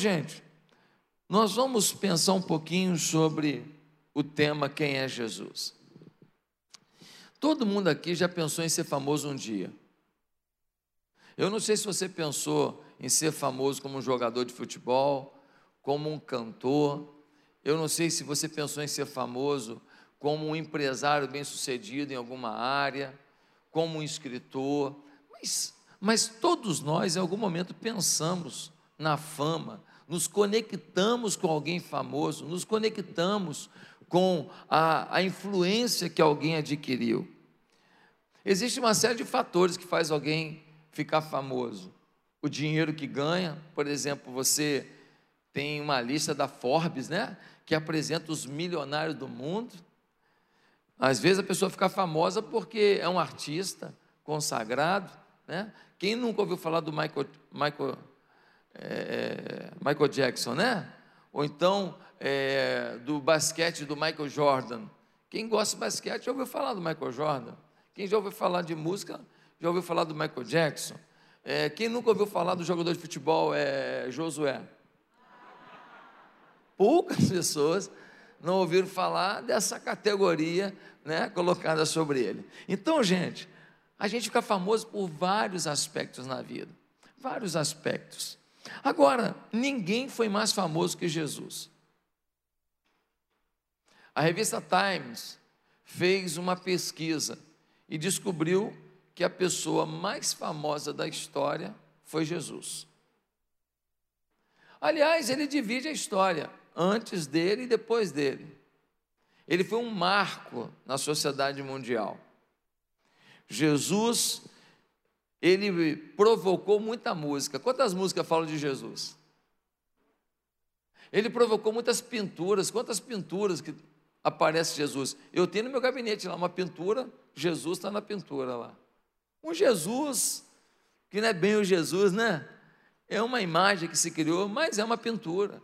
gente, nós vamos pensar um pouquinho sobre o tema quem é Jesus. Todo mundo aqui já pensou em ser famoso um dia. Eu não sei se você pensou em ser famoso como um jogador de futebol, como um cantor. Eu não sei se você pensou em ser famoso como um empresário bem-sucedido em alguma área, como um escritor. Mas todos nós, em algum momento, pensamos na fama, nos conectamos com alguém famoso, nos conectamos com a influência que alguém adquiriu. Existe uma série de fatores que faz alguém ficar famoso. O dinheiro que ganha, por exemplo, você tem uma lista da Forbes, né, que apresenta os milionários do mundo. Às vezes a pessoa fica famosa porque é um artista consagrado, né? Quem nunca ouviu falar do Michael Jackson, né? Ou então do basquete do Michael Jordan. Quem gosta de basquete já ouviu falar do Michael Jordan. Quem já ouviu falar de música já ouviu falar do Michael Jackson. Quem nunca ouviu falar do jogador de futebol Josué? Poucas pessoas não ouviram falar dessa categoria, né, colocada sobre ele. Então, gente, a gente fica famoso por vários aspectos na vida, vários aspectos. Agora, ninguém foi mais famoso que Jesus. A revista Times fez uma pesquisa e descobriu que a pessoa mais famosa da história foi Jesus. Aliás, ele divide a história antes dele e depois dele. Ele foi um marco na sociedade mundial. Jesus, ele provocou muita música. Quantas músicas falam de Jesus? Ele provocou muitas pinturas. Quantas pinturas que aparece Jesus? Eu tenho no meu gabinete lá uma pintura, Jesus está na pintura lá. Um Jesus, que não é bem o Jesus, né? É uma imagem que se criou, mas é uma pintura.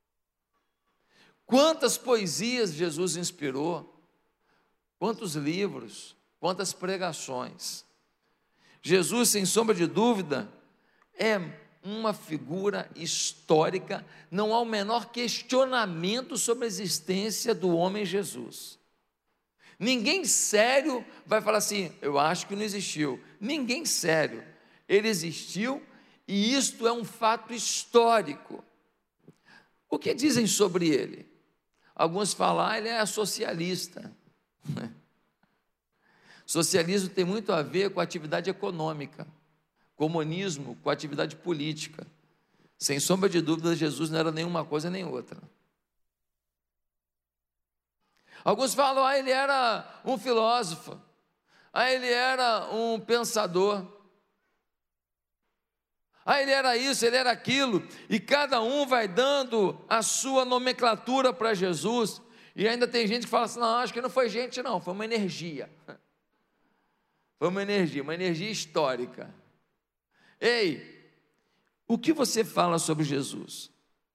Quantas poesias Jesus inspirou, quantos livros, quantas pregações. Jesus, sem sombra de dúvida, é uma figura histórica, não há o menor questionamento sobre a existência do homem Jesus. Ninguém sério vai falar assim, eu acho que não existiu. Ninguém sério. Ele existiu e isto é um fato histórico. O que dizem sobre ele? Alguns falam, ele é socialista. Socialismo tem muito a ver com a atividade econômica. Comunismo com a atividade política. Sem sombra de dúvida, Jesus não era nenhuma coisa nem outra. Alguns falam, ele era um filósofo, ele era um pensador, ele era isso, ele era aquilo, e cada um vai dando a sua nomenclatura para Jesus, e ainda tem gente que fala assim, não, acho que não foi gente não, foi uma energia, uma energia histórica. Ei, o que você fala sobre Jesus?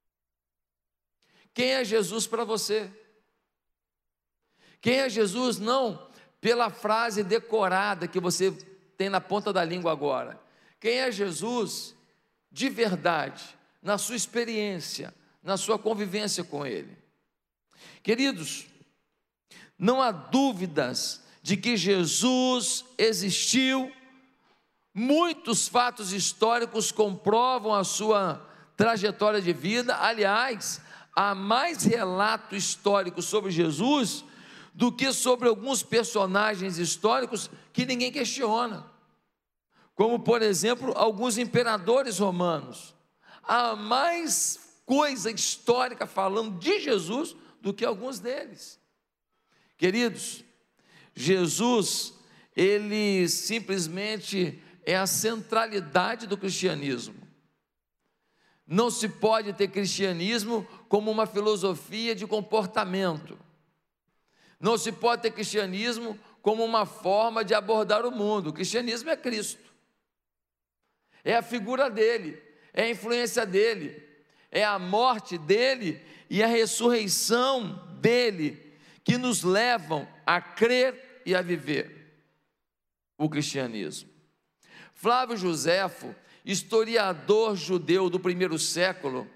Quem é Jesus para você? Quem é Jesus? Não pela frase decorada que você tem na ponta da língua agora. Quem é Jesus de verdade, na sua experiência, na sua convivência com Ele? Queridos, não há dúvidas de que Jesus existiu. Muitos fatos históricos comprovam a sua trajetória de vida. Aliás, há mais relato histórico sobre Jesus do que sobre alguns personagens históricos que ninguém questiona, como por exemplo, alguns imperadores romanos. Há mais coisa histórica falando de Jesus do que alguns deles. Queridos, Jesus, ele simplesmente é a centralidade do cristianismo. Não se pode ter cristianismo como uma filosofia de comportamento. Não se pode ter cristianismo como uma forma de abordar o mundo. O cristianismo é Cristo. É a figura dele, é a influência dele, é a morte dele e a ressurreição dele que nos levam a crer e a viver o cristianismo. Flávio Joséfo, historiador judeu do primeiro século,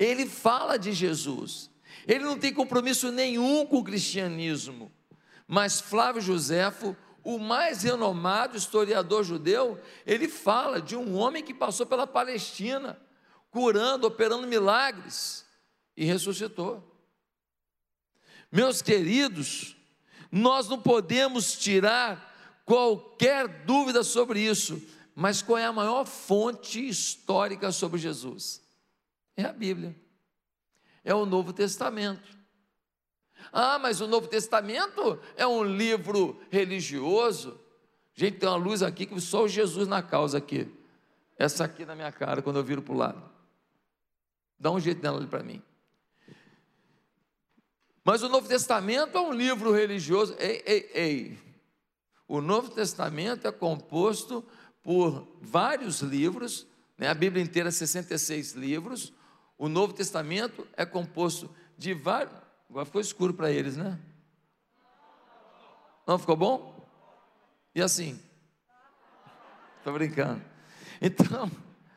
ele fala de Jesus, ele não tem compromisso nenhum com o cristianismo, mas Flávio Joséfo, o mais renomado historiador judeu, ele fala de um homem que passou pela Palestina, curando, operando milagres, e ressuscitou. Meus queridos, nós não podemos tirar qualquer dúvida sobre isso, mas qual é a maior fonte histórica sobre Jesus? É a Bíblia, é o Novo Testamento. Ah, mas o Novo Testamento é um livro religioso. Gente, tem uma luz aqui que só o Jesus na causa aqui. Essa aqui na minha cara, quando eu viro para o lado. Dá um jeito nela ali para mim. Mas o Novo Testamento é um livro religioso. Ei. O Novo Testamento é composto por vários livros, né? A Bíblia inteira, 66 livros. O Novo Testamento é composto de vários... Agora ficou escuro para eles, né? Não ficou bom? E assim? Estou brincando. Então,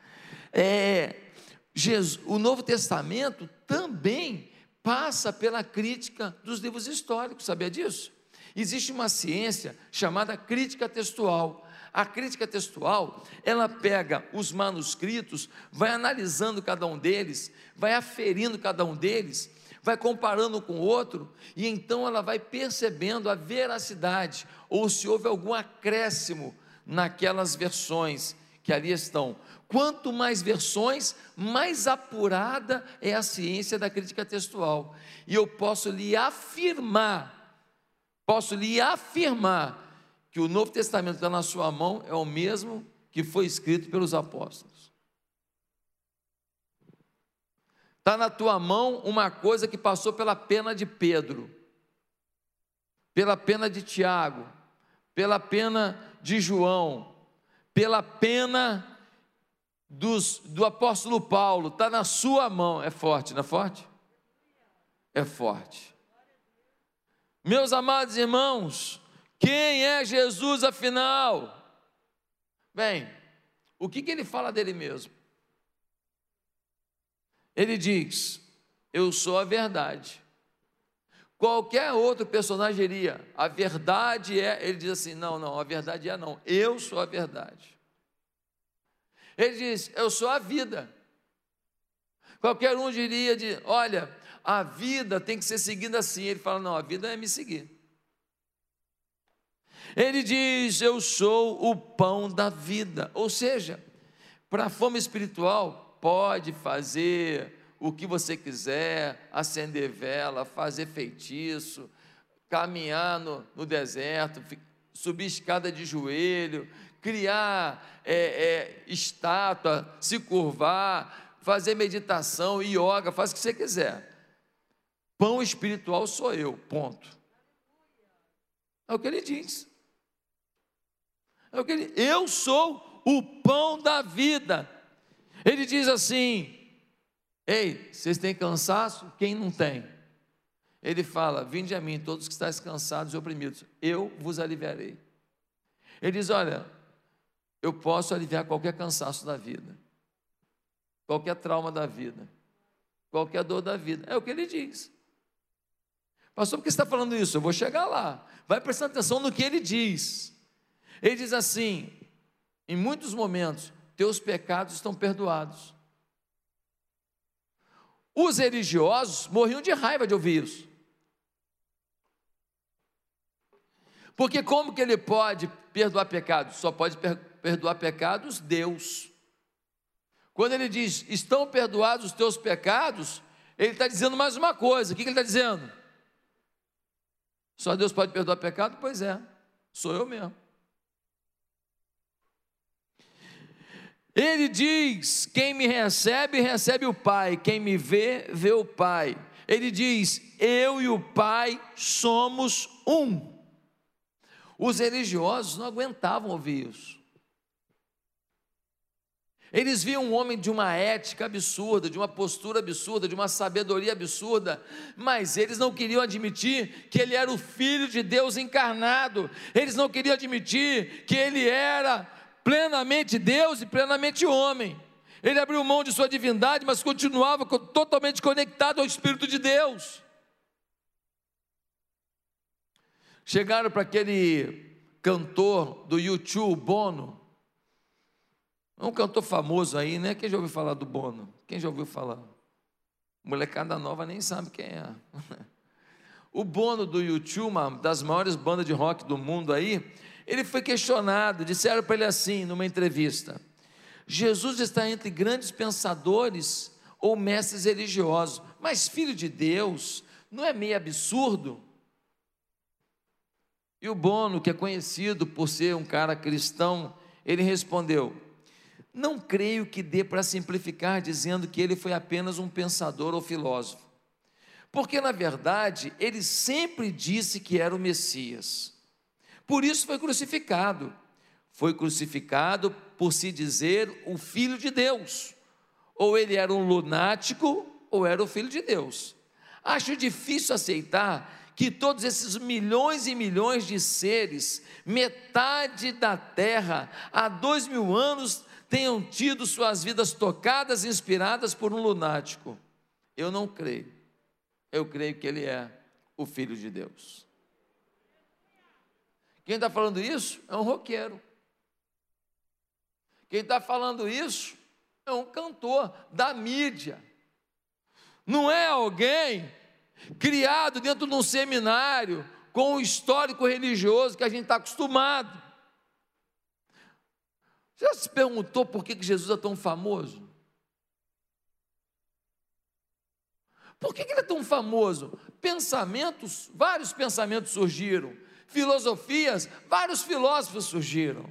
o Novo Testamento também passa pela crítica dos livros históricos, sabia disso? Existe uma ciência chamada crítica textual. A crítica textual, ela pega os manuscritos, vai analisando cada um deles, vai aferindo cada um deles, vai comparando com o outro, e então ela vai percebendo a veracidade, ou se houve algum acréscimo naquelas versões que ali estão. Quanto mais versões, mais apurada é a ciência da crítica textual. E eu posso lhe afirmar que o Novo Testamento que está na sua mão é o mesmo que foi escrito pelos apóstolos. Está na tua mão uma coisa que passou pela pena de Pedro, pela pena de Tiago, pela pena de João, pela pena do apóstolo Paulo, está na sua mão. É forte, não é forte? É forte. Meus amados irmãos, quem é Jesus afinal? Bem, o que ele fala dele mesmo? Ele diz, eu sou a verdade. Qualquer outro personagem diria, a verdade é, ele diz assim, não, a verdade é não, eu sou a verdade. Ele diz, eu sou a vida. Qualquer um diria, olha, a vida tem que ser seguida assim. Ele fala, não, a vida é me seguir. Ele diz, eu sou o pão da vida. Ou seja, para a fome espiritual, pode fazer o que você quiser, acender vela, fazer feitiço, caminhar no deserto, subir escada de joelho, criar estátua, se curvar, fazer meditação, yoga, faz o que você quiser. Pão espiritual sou eu, ponto. É o que ele diz. Eu sou o pão da vida. Ele diz assim, ei, vocês têm cansaço? Quem não tem? Ele fala, vinde a mim todos que estáis cansados e oprimidos, eu vos aliviarei. Ele diz, olha, eu posso aliviar qualquer cansaço da vida, qualquer trauma da vida, qualquer dor da vida, é o que ele diz. Pastor, por que você está falando isso? Eu vou chegar lá, vai prestando atenção no que ele diz. Ele diz assim, em muitos momentos, teus pecados estão perdoados. Os religiosos morriam de raiva de ouvir isso. Porque como que ele pode perdoar pecados? Só pode perdoar pecados Deus. Quando ele diz, estão perdoados os teus pecados, ele está dizendo mais uma coisa. O que ele está dizendo? Só Deus pode perdoar pecado? Pois é, sou eu mesmo. Ele diz, quem me recebe, recebe o Pai, quem me vê, vê o Pai. Ele diz, eu e o Pai somos um. Os religiosos não aguentavam ouvir isso. Eles viam um homem de uma ética absurda, de uma postura absurda, de uma sabedoria absurda, mas eles não queriam admitir que ele era o Filho de Deus encarnado. Eles não queriam admitir que ele era plenamente Deus e plenamente homem. Ele abriu mão de sua divindade, mas continuava totalmente conectado ao Espírito de Deus. Chegaram para aquele cantor do U2, Bono, um cantor famoso aí, né? Quem já ouviu falar do Bono? Quem já ouviu falar? Molecada nova nem sabe quem é. O Bono do U2, uma das maiores bandas de rock do mundo aí, ele foi questionado, disseram para ele assim, numa entrevista: Jesus está entre grandes pensadores ou mestres religiosos, mas filho de Deus, não é meio absurdo? E o Bono, que é conhecido por ser um cara cristão, ele respondeu: não creio que dê para simplificar dizendo que ele foi apenas um pensador ou filósofo, porque na verdade ele sempre disse que era o Messias, por isso foi crucificado por se dizer o Filho de Deus. Ou ele era um lunático ou era o Filho de Deus. Acho difícil aceitar que todos esses milhões e milhões de seres, metade da terra, há 2000 anos, tenham tido suas vidas tocadas e inspiradas por um lunático. Eu não creio. Eu creio que ele é o Filho de Deus. Quem está falando isso é um roqueiro. Quem está falando isso é um cantor da mídia. Não é alguém criado dentro de um seminário com um histórico religioso que a gente está acostumado. Já se perguntou por que Jesus é tão famoso? Por que ele é tão famoso? Pensamentos, vários pensamentos surgiram. Filosofias, vários filósofos surgiram.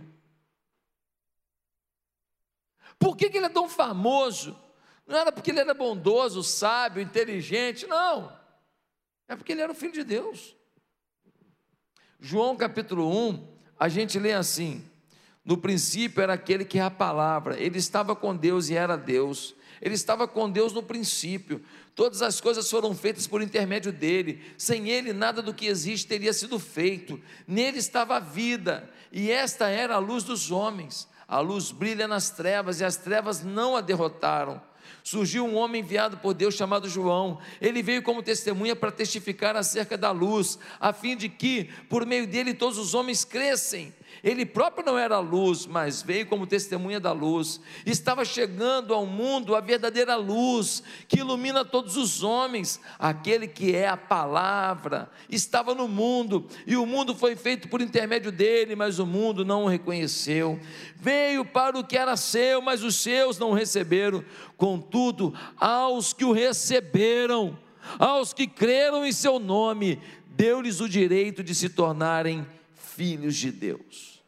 Por que ele é tão famoso? Não era porque ele era bondoso, sábio, inteligente, não. É porque ele era o Filho de Deus. João capítulo 1, a gente lê assim: no princípio era aquele que é a palavra, ele estava com Deus e era Deus. Ele estava com Deus no princípio, todas as coisas foram feitas por intermédio dele, sem ele nada do que existe teria sido feito, nele estava a vida, e esta era a luz dos homens, a luz brilha nas trevas, e as trevas não a derrotaram. Surgiu um homem enviado por Deus chamado João, ele veio como testemunha para testificar acerca da luz, a fim de que, por meio dele, todos os homens crescem. Ele próprio não era a luz, mas veio como testemunha da luz. Estava chegando ao mundo a verdadeira luz, que ilumina todos os homens. Aquele que é a palavra, estava no mundo, e o mundo foi feito por intermédio dele, mas o mundo não o reconheceu. Veio para o que era seu, mas os seus não o receberam. Contudo, aos que o receberam, aos que creram em seu nome, deu-lhes o direito de se tornarem filhos de Deus.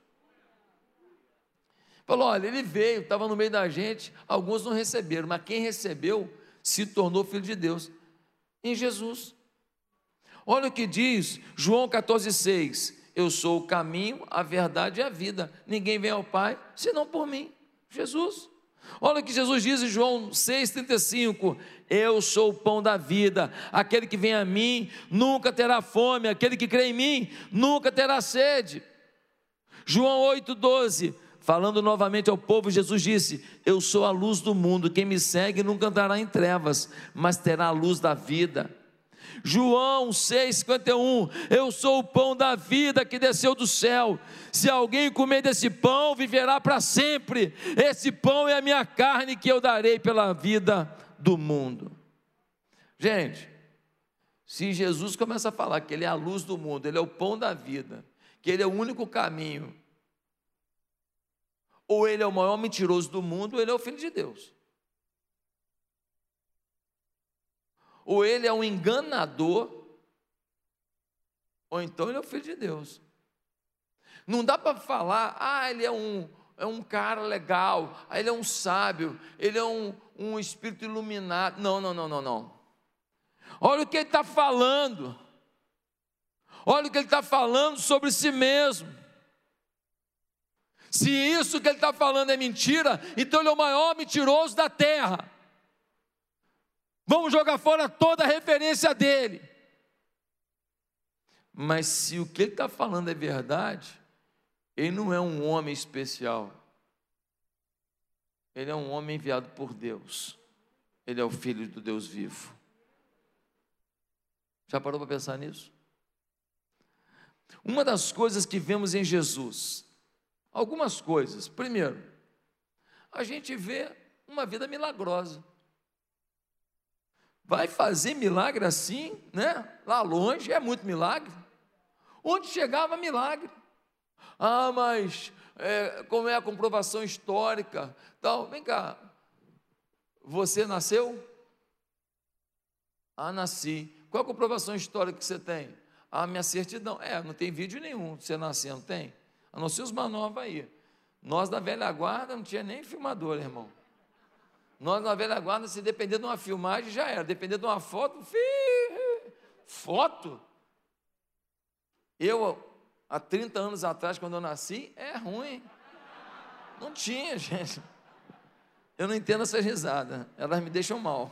Falou: olha, ele veio, estava no meio da gente, alguns não receberam, mas quem recebeu se tornou filho de Deus em Jesus. Olha o que diz João 14,6: eu sou o caminho, a verdade e a vida, ninguém vem ao Pai senão por mim, Jesus. Olha o que Jesus diz em João 6,35: eu sou o pão da vida, aquele que vem a mim nunca terá fome, aquele que crê em mim nunca terá sede. João 8,12, falando novamente ao povo, Jesus disse: eu sou a luz do mundo, quem me segue nunca andará em trevas, mas terá a luz da vida. João 6,51, eu sou o pão da vida que desceu do céu, se alguém comer desse pão, viverá para sempre, esse pão é a minha carne que eu darei pela vida do mundo. Gente, se Jesus começa a falar que ele é a luz do mundo, ele é o pão da vida, que ele é o único caminho, ou ele é o maior mentiroso do mundo, ou ele é o Filho de Deus. Ou ele é um enganador, ou então ele é o Filho de Deus. Não dá para falar: ele é um cara legal, ele é um sábio, ele é um espírito iluminado. Não. Olha o que ele está falando. Olha o que ele está falando sobre si mesmo. Se isso que ele está falando é mentira, então ele é o maior mentiroso da terra. Vamos jogar fora toda a referência dele. Mas se o que ele está falando é verdade, ele não é um homem especial. Ele é um homem enviado por Deus. Ele é o Filho do Deus vivo. Já parou para pensar nisso? Uma das coisas que vemos em Jesus, algumas coisas. Primeiro, a gente vê uma vida milagrosa. Vai fazer milagre assim, né? Lá longe é muito milagre. Onde chegava milagre. Ah, mas como é a comprovação histórica? Então, vem cá. Você nasceu? Ah, nasci. Qual a comprovação histórica que você tem? Ah, minha certidão. Não tem vídeo nenhum de você nascendo, tem? A não ser os manovos aí. Nós da velha guarda não tinha nem filmador, irmão. Nós na velha guarda, se depender de uma filmagem, já era. Depender de uma foto, foto? Eu, há 30 anos atrás, quando eu nasci, é ruim. Não tinha, gente. Eu não entendo essas risadas. Elas me deixam mal.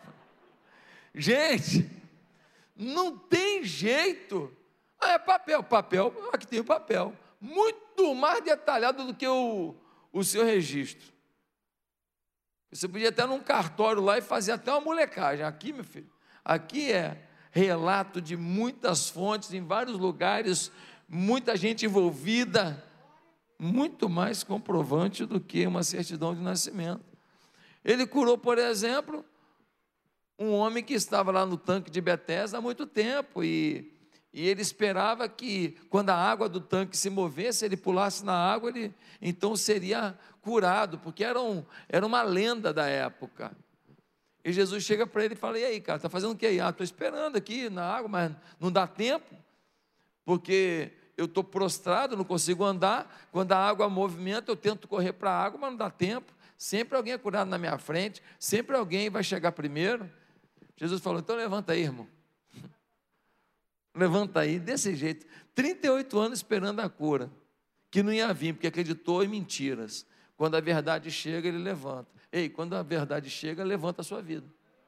Gente, não tem jeito. É papel, aqui tem o papel. Muito mais detalhado do que o seu registro. Você podia até num cartório lá e fazer até uma molecagem. Aqui, meu filho, aqui é relato de muitas fontes, em vários lugares, muita gente envolvida, muito mais comprovante do que uma certidão de nascimento. Ele curou, por exemplo, um homem que estava lá no tanque de Betesda há muito tempo, e ele esperava que, quando a água do tanque se movesse, ele pulasse na água, ele então seria curado, porque era uma lenda da época. E Jesus chega para ele e fala: e aí, cara, está fazendo o que aí? Estou esperando aqui na água, mas não dá tempo, porque eu estou prostrado, não consigo andar. Quando a água movimenta, eu tento correr para a água, mas não dá tempo. Sempre alguém é curado na minha frente, sempre alguém vai chegar primeiro. Jesus falou: então levanta aí, irmão. Levanta aí, desse jeito. 38 anos esperando a cura, que não ia vir, porque acreditou em mentiras. Quando a verdade chega, ele levanta. Ei, quando a verdade chega, levanta a sua vida.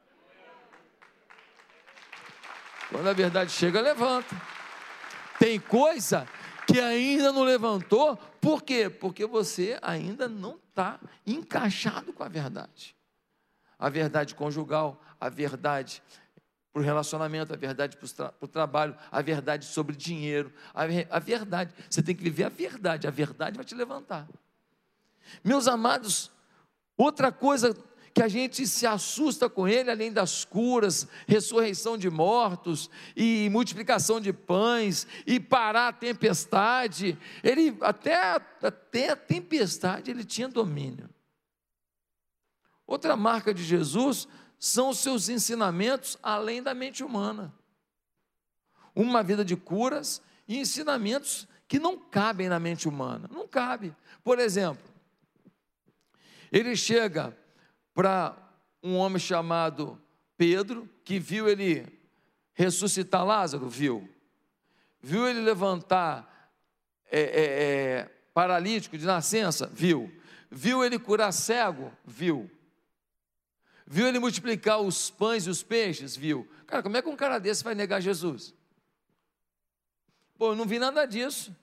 Quando a verdade chega, levanta. Tem coisa que ainda não levantou, por quê? Porque você ainda não está encaixado com a verdade. A verdade conjugal, a verdade para o relacionamento, a verdade para o trabalho, a verdade sobre dinheiro, a verdade. Você tem que viver a verdade vai te levantar. Meus amados, outra coisa que a gente se assusta com ele, além das curas, ressurreição de mortos, e multiplicação de pães, e parar a tempestade, ele até a tempestade ele tinha domínio. Outra marca de Jesus são os seus ensinamentos além da mente humana. Uma vida de curas e ensinamentos que não cabem na mente humana, não cabe. Por exemplo, ele chega para um homem chamado Pedro, que viu ele ressuscitar Lázaro, viu ele levantar paralítico de nascença, viu ele curar cego, viu ele multiplicar os pães e os peixes, viu. Cara, como é que um cara desse vai negar Jesus? Pô, eu não vi nada disso,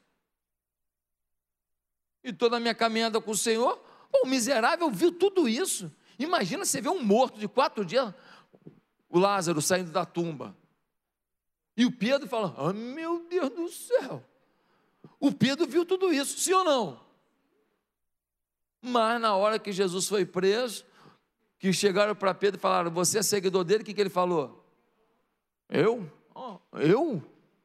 e toda a minha caminhada com o Senhor, o miserável viu tudo isso. Imagina você ver um morto de 4 dias, o Lázaro saindo da tumba, e o Pedro fala: ah, meu Deus do céu, o Pedro viu tudo isso, sim ou não? Mas na hora que Jesus foi preso, que chegaram para Pedro e falaram: você é seguidor dele? O que ele falou? Eu? Eu?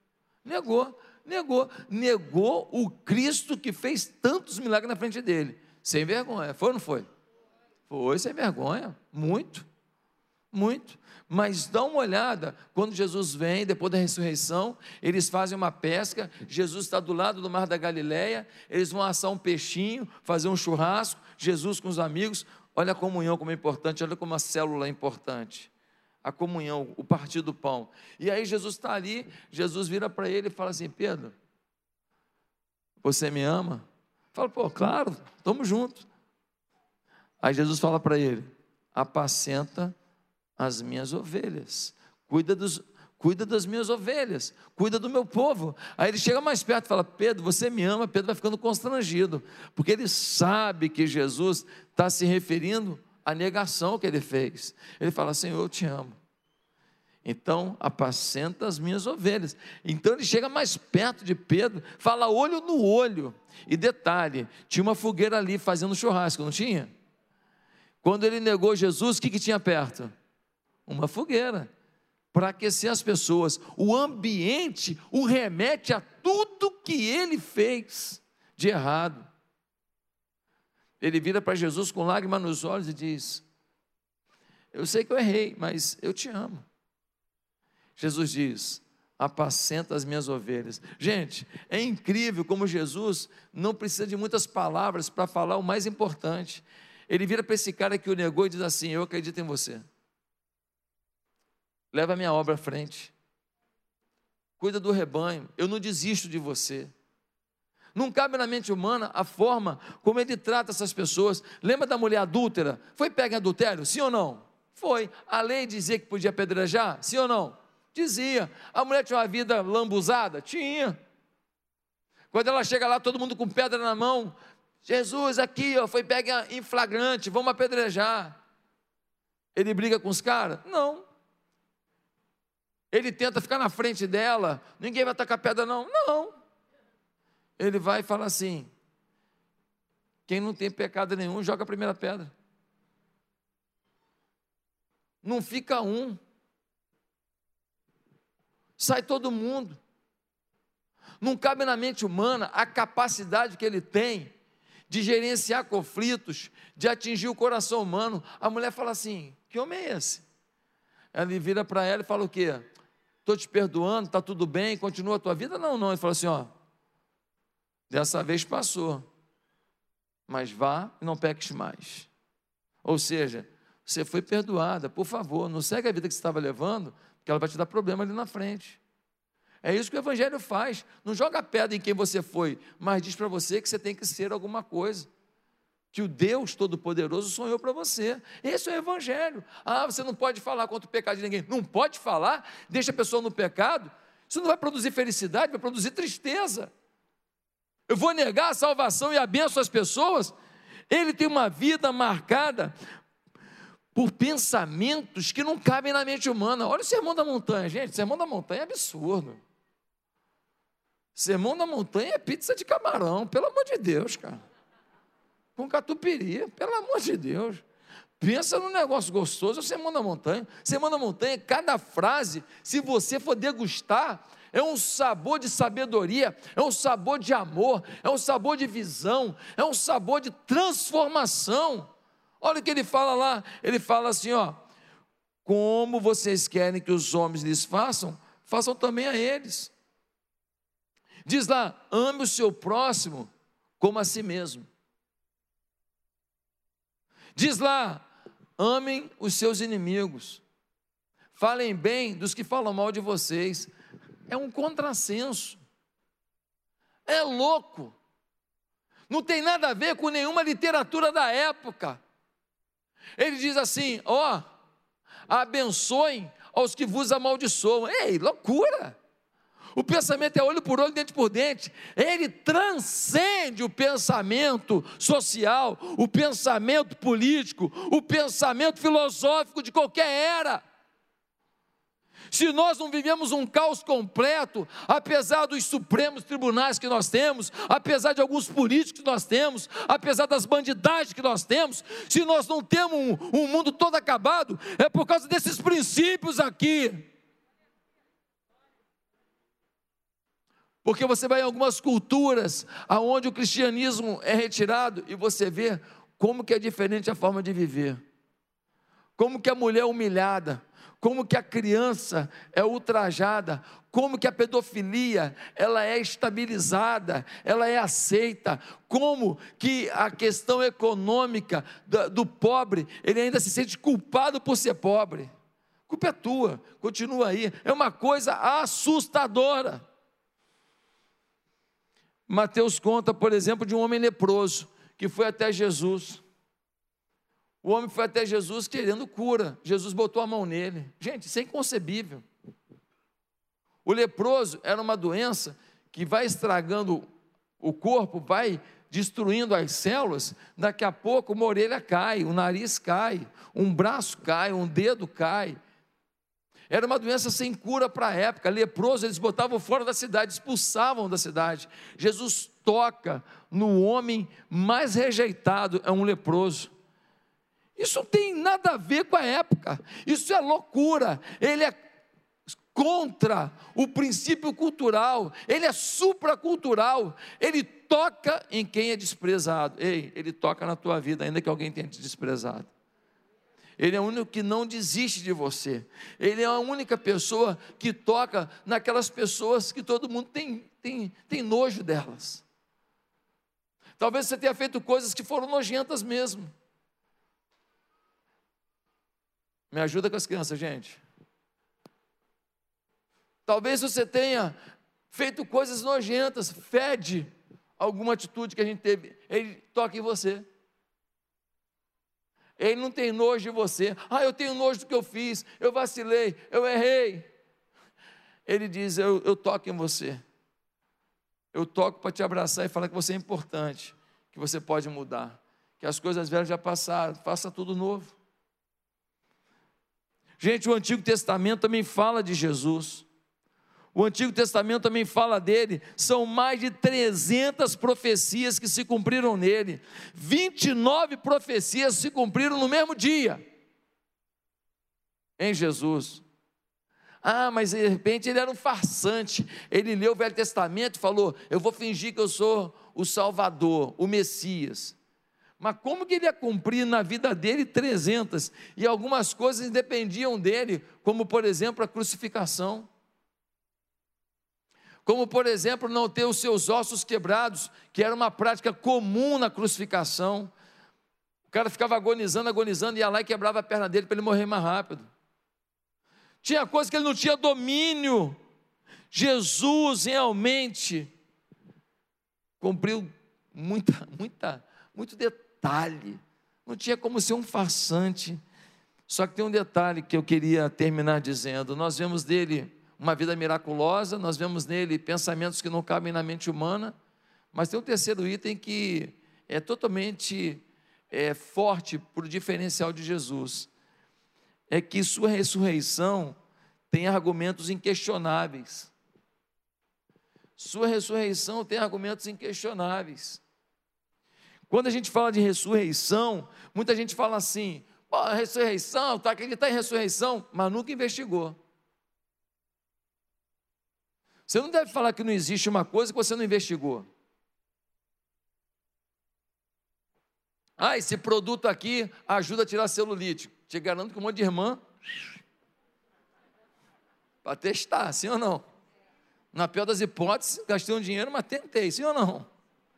Negou o Cristo que fez tantos milagres na frente dele, sem vergonha. Foi ou não foi? Foi sem vergonha, muito. Mas dá uma olhada, quando Jesus vem, depois da ressurreição, eles fazem uma pesca, Jesus está do lado do mar da Galileia, eles vão assar um peixinho, fazer um churrasco, Jesus com os amigos. Olha a comunhão como é importante, olha como a célula é importante, a comunhão, o partir do pão. E aí Jesus está ali, Jesus vira para ele e fala assim: Pedro, você me ama? Fala: pô, claro, estamos juntos. Aí Jesus fala para ele: apacenta as minhas ovelhas, cuida cuida das minhas ovelhas, cuida do meu povo. Aí ele chega mais perto e fala: Pedro, você me ama? Pedro vai ficando constrangido, porque ele sabe que Jesus está se referindo à negação que ele fez. Ele fala: Senhor, eu te amo, então apacenta as minhas ovelhas. Então ele chega mais perto de Pedro, fala olho no olho. E detalhe, tinha uma fogueira ali fazendo churrasco, não tinha? Quando ele negou Jesus, o que tinha perto? Uma fogueira, para aquecer as pessoas. O ambiente o remete a tudo que ele fez de errado. Ele vira para Jesus com lágrimas nos olhos e diz: eu sei que eu errei, mas eu te amo. Jesus diz: apacenta as minhas ovelhas. Gente, é incrível como Jesus não precisa de muitas palavras para falar o mais importante. Ele vira para esse cara que o negou e diz assim: eu acredito em você, leva a minha obra à frente, cuida do rebanho, eu não desisto de você. Não cabe na mente humana a forma como ele trata essas pessoas. Lembra da mulher adúltera? Foi pega em adultério? Sim ou não? Foi. A lei dizia que podia apedrejar? Sim ou não? Dizia. A mulher tinha uma vida lambuzada? Tinha. Quando ela chega lá, todo mundo com pedra na mão: Jesus aqui, ó, foi pega em flagrante, vamos apedrejar. Ele briga com os caras? Não. Ele tenta ficar na frente dela: ninguém vai tacar pedra não. Não. Ele vai e fala assim: quem não tem pecado nenhum, joga a primeira pedra. Não fica um, sai todo mundo. Não cabe na mente humana a capacidade que ele tem de gerenciar conflitos, de atingir o coração humano. A mulher fala assim: que homem é esse? Ele vira para ela e fala o quê? Estou te perdoando, está tudo bem, continua a tua vida? Não, não. Ele fala assim: ó, dessa vez passou, mas vá e não peques mais. Ou seja, você foi perdoada, por favor, não segue a vida que você estava levando, porque ela vai te dar problema ali na frente. É isso que o Evangelho faz. Não joga pedra em quem você foi, mas diz para você que você tem que ser alguma coisa, que o Deus Todo-Poderoso sonhou para você. Esse é o Evangelho. Ah, você não pode falar contra o pecado de ninguém. Não pode falar, deixa a pessoa no pecado. Isso não vai produzir felicidade, vai produzir tristeza. Eu vou negar a salvação e a bênção às pessoas? Ele tem uma vida marcada por pensamentos que não cabem na mente humana. Olha o Sermão da Montanha, gente. O Sermão da Montanha é absurdo. O Sermão da Montanha é pizza de camarão, pelo amor de Deus, cara. Com catupiry, pelo amor de Deus. Pensa num negócio gostoso, é o Sermão da Montanha. Sermão da Montanha, cada frase, se você for degustar, é um sabor de sabedoria, é um sabor de amor, é um sabor de visão, é um sabor de transformação. Olha o que ele fala lá, ele fala assim, ó: como vocês querem que os homens lhes façam, façam também a eles. Diz lá: ame o seu próximo como a si mesmo. Diz lá: amem os seus inimigos, falem bem dos que falam mal de vocês. É um contrassenso, é louco, não tem nada a ver com nenhuma literatura da época. Ele diz assim: ó, abençoem aos que vos amaldiçoam. Ei, loucura! O pensamento é olho por olho, dente por dente. Ele transcende o pensamento social, o pensamento político, o pensamento filosófico de qualquer era. Se nós não vivemos um caos completo, apesar dos supremos tribunais que nós temos, apesar de alguns políticos que nós temos, apesar das bandidagens que nós temos, se nós não temos um mundo todo acabado, é por causa desses princípios aqui. Porque você vai em algumas culturas onde o cristianismo é retirado e você vê como que é diferente a forma de viver, como que a mulher é humilhada, como que a criança é ultrajada, como que a pedofilia ela é estabilizada, ela é aceita, como que a questão econômica do pobre, ele ainda se sente culpado por ser pobre. A culpa é tua, continua aí, é uma coisa assustadora. Mateus conta, por exemplo, de um homem leproso que foi até Jesus. O homem foi até Jesus querendo cura. Jesus botou a mão nele. Gente, isso é inconcebível. O leproso era uma doença que vai estragando o corpo, vai destruindo as células. Daqui a pouco uma orelha cai, o nariz cai, um braço cai, um dedo cai. Era uma doença sem cura para a época. Leproso, eles botavam fora da cidade, expulsavam da cidade. Jesus toca no homem mais rejeitado, é um leproso. Isso não tem nada a ver com a época, isso é loucura. Ele é contra o princípio cultural, ele é supracultural, ele toca em quem é desprezado. Ei, ele toca na tua vida, ainda que alguém tenha te desprezado. Ele é o único que não desiste de você. Ele é a única pessoa que toca naquelas pessoas que todo mundo tem nojo delas. Talvez você tenha feito coisas que foram nojentas mesmo. Me ajuda com as crianças, gente. Talvez você tenha feito coisas nojentas, fede alguma atitude que a gente teve. Ele toca em você. Ele não tem nojo de você. Eu tenho nojo do que eu fiz, eu vacilei, eu errei. Ele diz, eu toco em você. Eu toco para te abraçar e falar que você é importante, que você pode mudar, que as coisas velhas já passaram, faça tudo novo. Gente, o Antigo Testamento também fala de Jesus. O Antigo Testamento também fala dele, são mais de 300 profecias que se cumpriram nele, 29 profecias se cumpriram no mesmo dia, em Jesus. Mas de repente ele era um farsante, ele leu o Velho Testamento e falou, eu vou fingir que eu sou o Salvador, o Messias. Mas como que ele ia cumprir na vida dele 300? E algumas coisas dependiam dele, como por exemplo a crucificação. Como, por exemplo, não ter os seus ossos quebrados, que era uma prática comum na crucificação. O cara ficava agonizando, ia lá e quebrava a perna dele para ele morrer mais rápido. Tinha coisa que ele não tinha domínio. Jesus realmente cumpriu muito detalhe. Não tinha como ser um farsante. Só que tem um detalhe que eu queria terminar dizendo. Nós vemos dele uma vida miraculosa, nós vemos nele pensamentos que não cabem na mente humana, mas tem um terceiro item que é totalmente forte para o diferencial de Jesus, é que sua ressurreição tem argumentos inquestionáveis. Sua ressurreição tem argumentos inquestionáveis. Quando a gente fala de ressurreição, muita gente fala assim, a ressurreição, acredita em ressurreição, mas nunca investigou. Você não deve falar que não existe uma coisa que você não investigou. Esse produto aqui ajuda a tirar celulite. Te garanto que um monte de irmã, para testar, sim ou não? Na pior das hipóteses, gastei um dinheiro, mas tentei, sim ou não?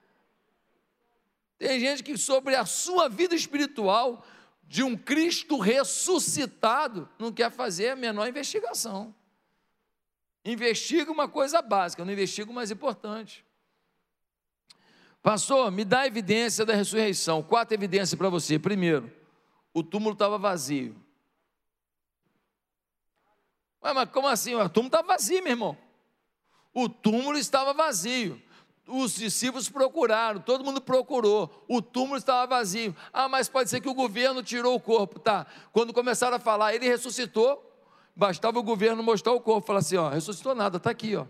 Tem gente que sobre a sua vida espiritual, de um Cristo ressuscitado, não quer fazer a menor investigação. Investiga uma coisa básica, não investiga o mais importante. Pastor, me dá a evidência da ressurreição. 4 evidências para você. Primeiro, o túmulo estava vazio. Mas como assim? O túmulo estava vazio, meu irmão. O túmulo estava vazio. Os discípulos procuraram, todo mundo procurou. O túmulo estava vazio. Mas pode ser que o governo tirou o corpo. Tá. Quando começaram a falar, ele ressuscitou. Bastava o governo mostrar o corpo, falar assim, ressuscitou nada, está aqui,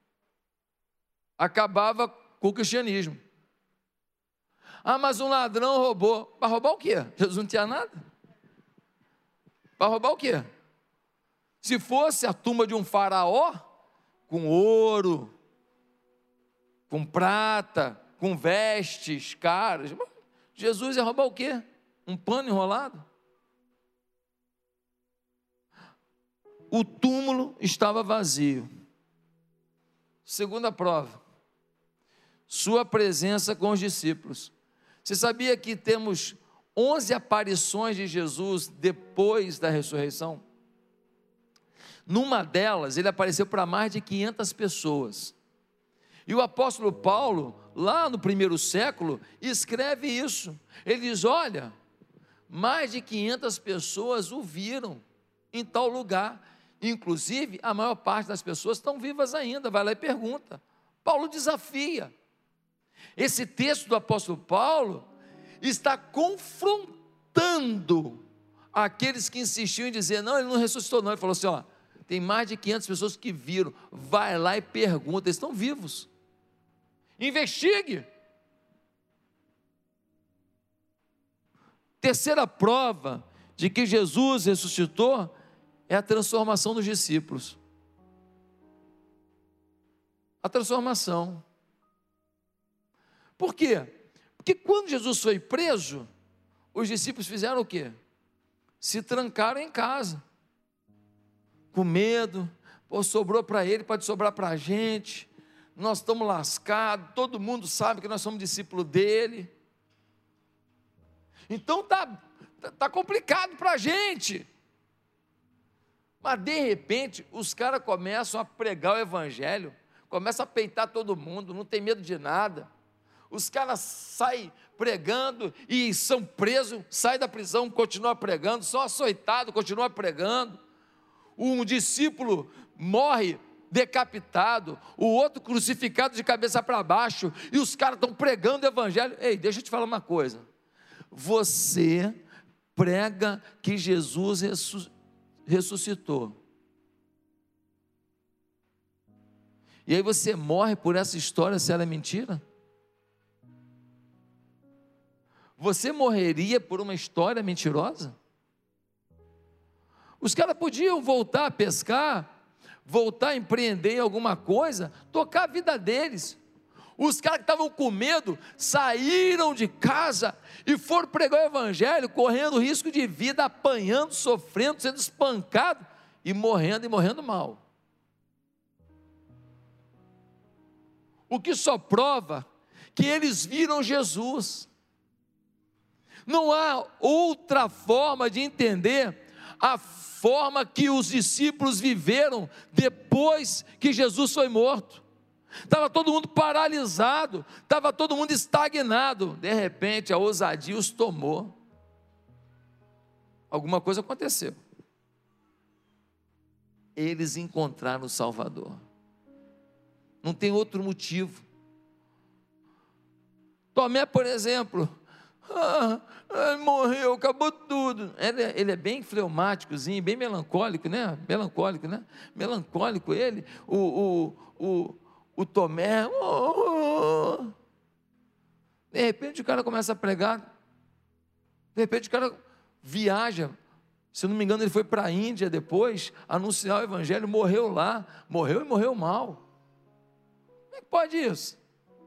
Acabava com o cristianismo. Mas um ladrão roubou. Para roubar o quê? Jesus não tinha nada. Para roubar o quê? Se fosse a tumba de um faraó, com ouro, com prata, com vestes caras, Jesus ia roubar o quê? Um pano enrolado? O túmulo estava vazio. Segunda prova, sua presença com os discípulos. Você sabia que temos 11 aparições de Jesus depois da ressurreição? Numa delas, ele apareceu para mais de 500 pessoas. E o apóstolo Paulo, lá no primeiro século, escreve isso. Ele diz, olha, mais de 500 pessoas o viram em tal lugar. Inclusive, a maior parte das pessoas estão vivas ainda. Vai lá e pergunta. Paulo desafia. Esse texto do apóstolo Paulo está confrontando aqueles que insistiam em dizer, não, ele não ressuscitou não. Ele falou assim, ó, tem mais de 500 pessoas que viram. Vai lá e pergunta, eles estão vivos. Investigue. Terceira prova de que Jesus ressuscitou é a transformação dos discípulos. A transformação. Por quê? Porque quando Jesus foi preso, os discípulos fizeram o quê? Se trancaram em casa, com medo. Pô, sobrou para ele, pode sobrar para a gente. Nós estamos lascados, todo mundo sabe que nós somos discípulos dele. Então tá complicado para a gente. Mas de repente, os caras começam a pregar o evangelho, começam a peitar todo mundo, não tem medo de nada. Os caras saem pregando e são presos, saem da prisão, continuam pregando, são açoitados, continuam pregando. Um discípulo morre decapitado, o outro crucificado de cabeça para baixo, e os caras estão pregando o evangelho. Ei, deixa eu te falar uma coisa. Você prega que Jesus ressuscitou. E aí você morre por essa história se ela é mentira? Você morreria por uma história mentirosa? Os caras podiam voltar a pescar, voltar a empreender em alguma coisa, tocar a vida deles. Os caras que estavam com medo saíram de casa e foram pregar o evangelho, correndo risco de vida, apanhando, sofrendo, sendo espancados e morrendo mal. O que só prova que eles viram Jesus. Não há outra forma de entender a forma que os discípulos viveram depois que Jesus foi morto. Estava todo mundo paralisado, estava todo mundo estagnado. De repente a ousadia os tomou. Alguma coisa aconteceu. Eles encontraram o Salvador. Não tem outro motivo. Tomé, por exemplo, morreu, acabou tudo. Ele é bem fleumáticozinho, bem melancólico, né? Melancólico ele. O Tomé, de repente o cara começa a pregar, de repente o cara viaja, se eu não me engano ele foi para a Índia depois, anunciar o evangelho, morreu lá, morreu e morreu mal. Como é que pode isso?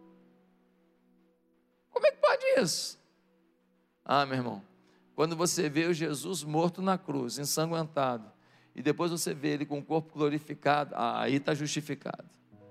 Como é que pode isso? Ah, meu irmão, quando você vê o Jesus morto na cruz, ensanguentado, e depois você vê ele com o corpo glorificado, aí está justificado.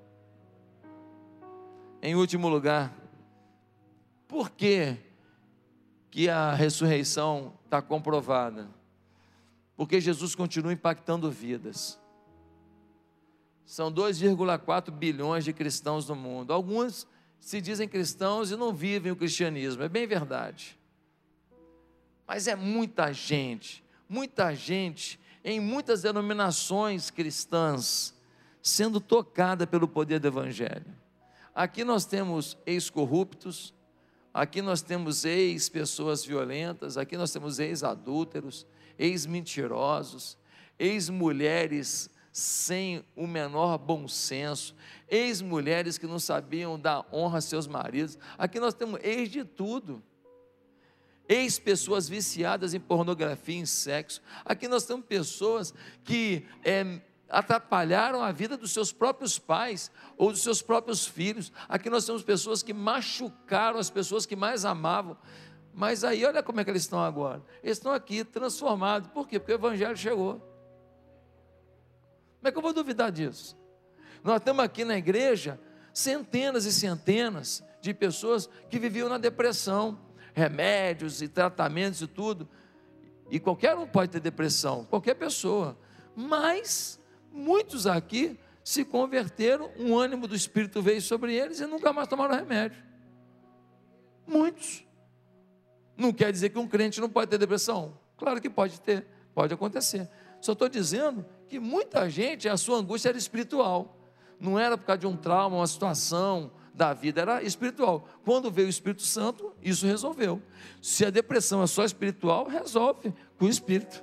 Em último lugar, por que a ressurreição está comprovada? Porque Jesus continua impactando vidas. São 2,4 bilhões de cristãos no mundo. Alguns se dizem cristãos e não vivem o cristianismo, é bem verdade. Mas é muita gente em muitas denominações cristãs sendo tocada pelo poder do evangelho. Aqui nós temos ex-corruptos, aqui nós temos ex-pessoas violentas, aqui nós temos ex-adúlteros, ex-mentirosos, ex-mulheres sem o menor bom senso, ex-mulheres que não sabiam dar honra a seus maridos. Aqui nós temos ex de tudo, ex-pessoas viciadas em pornografia, em sexo. Aqui nós temos pessoas que atrapalharam a vida dos seus próprios pais ou dos seus próprios filhos. Aqui nós temos pessoas que machucaram as pessoas que mais amavam. Mas aí olha como é que eles estão agora. Eles estão aqui transformados. Por quê? Porque o evangelho chegou. Como é que eu vou duvidar disso? Nós temos aqui na igreja centenas e centenas de pessoas que viviam na depressão, remédios e tratamentos e tudo. E qualquer um pode ter depressão, qualquer pessoa. Mas muitos aqui se converteram, um ânimo do Espírito veio sobre eles e nunca mais tomaram remédio. Muitos. Não quer dizer que um crente não pode ter depressão. Claro que pode ter, pode acontecer. Só estou dizendo que muita gente, a sua angústia era espiritual, não era por causa de um trauma, uma situação da vida, era espiritual. Quando veio o Espírito Santo, isso resolveu. Se a depressão é só espiritual, resolve com o Espírito.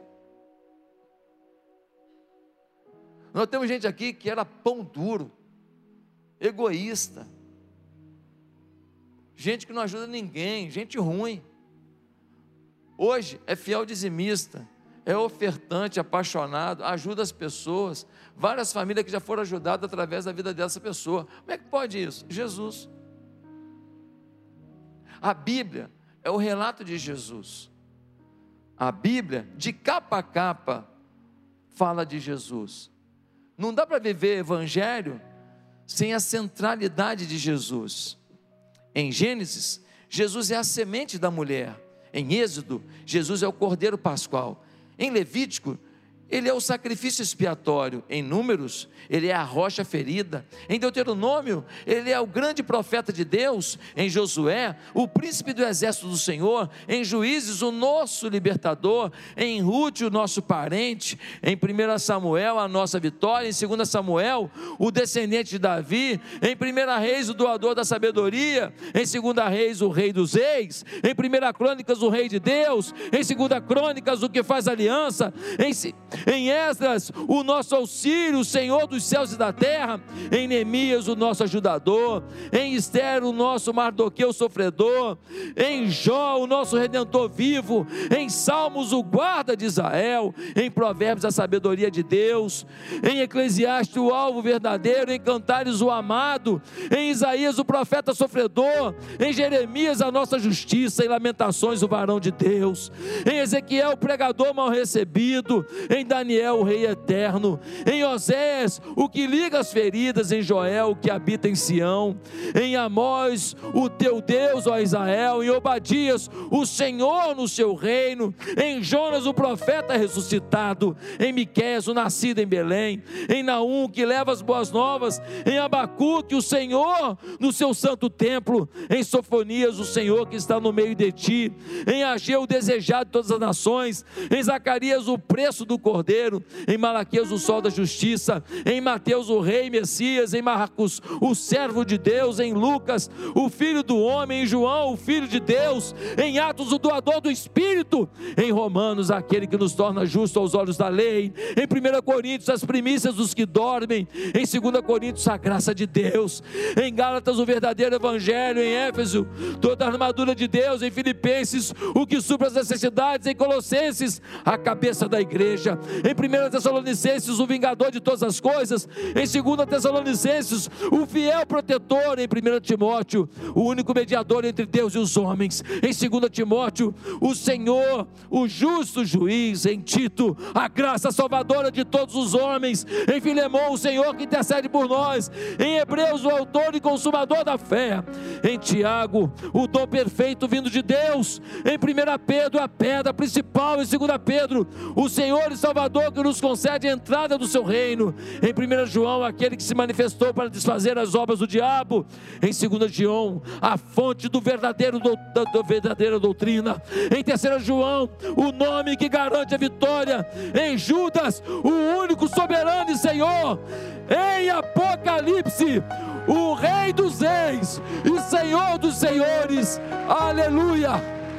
Nós temos gente aqui que era pão duro, egoísta, gente que não ajuda ninguém, gente ruim. Hoje é fiel dizimista, é ofertante, apaixonado, ajuda as pessoas. Várias famílias que já foram ajudadas através da vida dessa pessoa. Como é que pode isso? Jesus. A Bíblia é o relato de Jesus. A Bíblia, de capa a capa, fala de Jesus. Não dá para viver evangelho sem a centralidade de Jesus. Em Gênesis, Jesus é a semente da mulher. Em Êxodo, Jesus é o Cordeiro Pascual. Em Levítico, ele é o sacrifício expiatório. Em Números, ele é a rocha ferida. Em Deuteronômio, ele é o grande profeta de Deus. Em Josué, o príncipe do exército do Senhor. Em Juízes, o nosso libertador. Em Ruth, o nosso parente. Em 1 Samuel, a nossa vitória. Em 2 Samuel, o descendente de Davi. Em 1 Reis, o doador da sabedoria. Em 2 Reis, o rei dos reis. Em 1 Crônicas, o rei de Deus. Em 2 Crônicas, o que faz aliança. Em Esdras, o nosso auxílio, o Senhor dos céus e da terra. Em Neemias, o nosso ajudador. Em Esther, o nosso Mardoqueu sofredor. Em Jó, o nosso redentor vivo. Em Salmos, o guarda de Israel. Em Provérbios, a sabedoria de Deus. Em Eclesiastes, o alvo verdadeiro. Em Cantares, o amado. Em Isaías, o profeta sofredor. Em Jeremias, a nossa justiça. Em Lamentações, o varão de Deus. Em Ezequiel, o pregador mal recebido. Em Daniel, o rei eterno. Em Osés, o que liga as feridas. Em Joel, o que habita em Sião. Em Amós, o teu Deus, ó Israel. Em Obadias, o Senhor no seu reino. Em Jonas, o profeta ressuscitado. Em Miqueias, o nascido em Belém. Em Naum, que leva as boas novas. Em Abacuque, o Senhor no seu santo templo. Em Sofonias, o Senhor que está no meio de ti. Em Ageu, o desejado de todas as nações. Em Zacarias, o preço do Cordeiro. Em Malaquias, o sol da justiça. Em Mateus, o rei Messias. Em Marcos, o servo de Deus. Em Lucas, o filho do homem. Em João, o filho de Deus. Em Atos, o doador do Espírito. Em Romanos, aquele que nos torna justos aos olhos da lei. Em 1 Coríntios, as primícias dos que dormem. Em 2 Coríntios, a graça de Deus. Em Gálatas, o verdadeiro evangelho. Em Éfeso, toda a armadura de Deus. Em Filipenses, o que supra as necessidades. Em Colossenses, a cabeça da igreja. Em 1 Tessalonicenses, o vingador de todas as coisas. Em 2 Tessalonicenses, o fiel protetor. Em 1 Timóteo, o único mediador entre Deus e os homens. Em 2 Timóteo, o Senhor, o justo juiz. Em Tito, a graça salvadora de todos os homens. Em Filemão, o Senhor que intercede por nós. Em Hebreus, o autor e consumador da fé. Em Tiago, o dom perfeito vindo de Deus. Em 1 Pedro, a pedra principal. Em 2 Pedro, o Senhor e Salvador que nos concede a entrada do seu reino. Em 1 João, aquele que se manifestou para desfazer as obras do diabo. Em 2 João, a fonte da verdadeira doutrina. Em 3 João, o nome que garante a vitória. Em Judas, o único soberano e Senhor. Em Apocalipse, o Rei dos Reis e Senhor dos Senhores. Aleluia!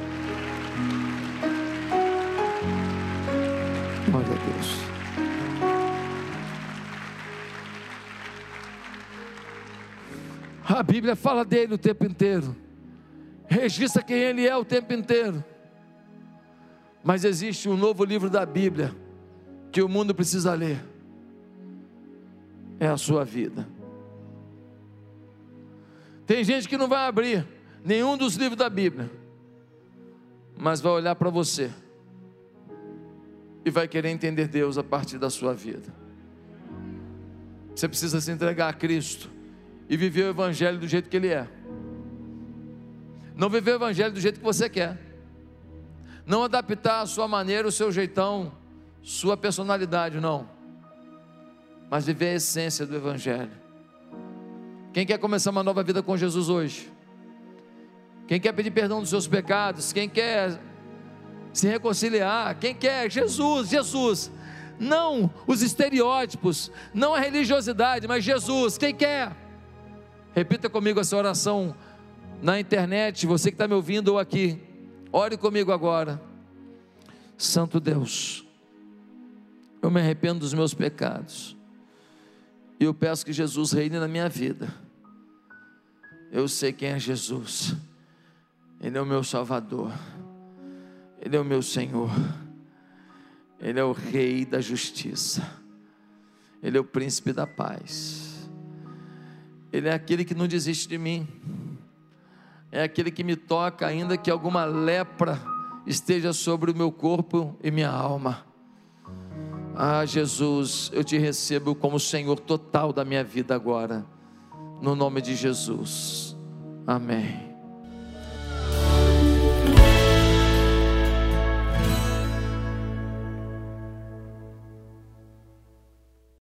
Glória a Deus. A Bíblia fala dele o tempo inteiro, registra quem ele é o tempo inteiro. Mas existe um novo livro da Bíblia que o mundo precisa ler. É a sua vida. Tem gente que não vai abrir nenhum dos livros da Bíblia, mas vai olhar para você e vai querer entender Deus a partir da sua vida. Você precisa se entregar a Cristo e viver o Evangelho do jeito que Ele é. Não viver o Evangelho do jeito que você quer. Não adaptar a sua maneira, o seu jeitão, sua personalidade, não. Mas viver a essência do Evangelho. Quem quer começar uma nova vida com Jesus hoje? Quem quer pedir perdão dos seus pecados? Quem quer se reconciliar? Quem quer? Jesus, não os estereótipos, não a religiosidade, mas Jesus. Quem quer? Repita comigo essa oração na internet, você que está me ouvindo ou aqui, ore comigo agora. Santo Deus, eu me arrependo dos meus pecados, e eu peço que Jesus reine na minha vida. Eu sei quem é Jesus, Ele é o meu Salvador, Ele é o meu Senhor, Ele é o Rei da Justiça, Ele é o Príncipe da Paz, Ele é aquele que não desiste de mim, é aquele que me toca ainda que alguma lepra esteja sobre o meu corpo e minha alma. Ah, Jesus, eu te recebo como Senhor total da minha vida agora, no nome de Jesus, amém.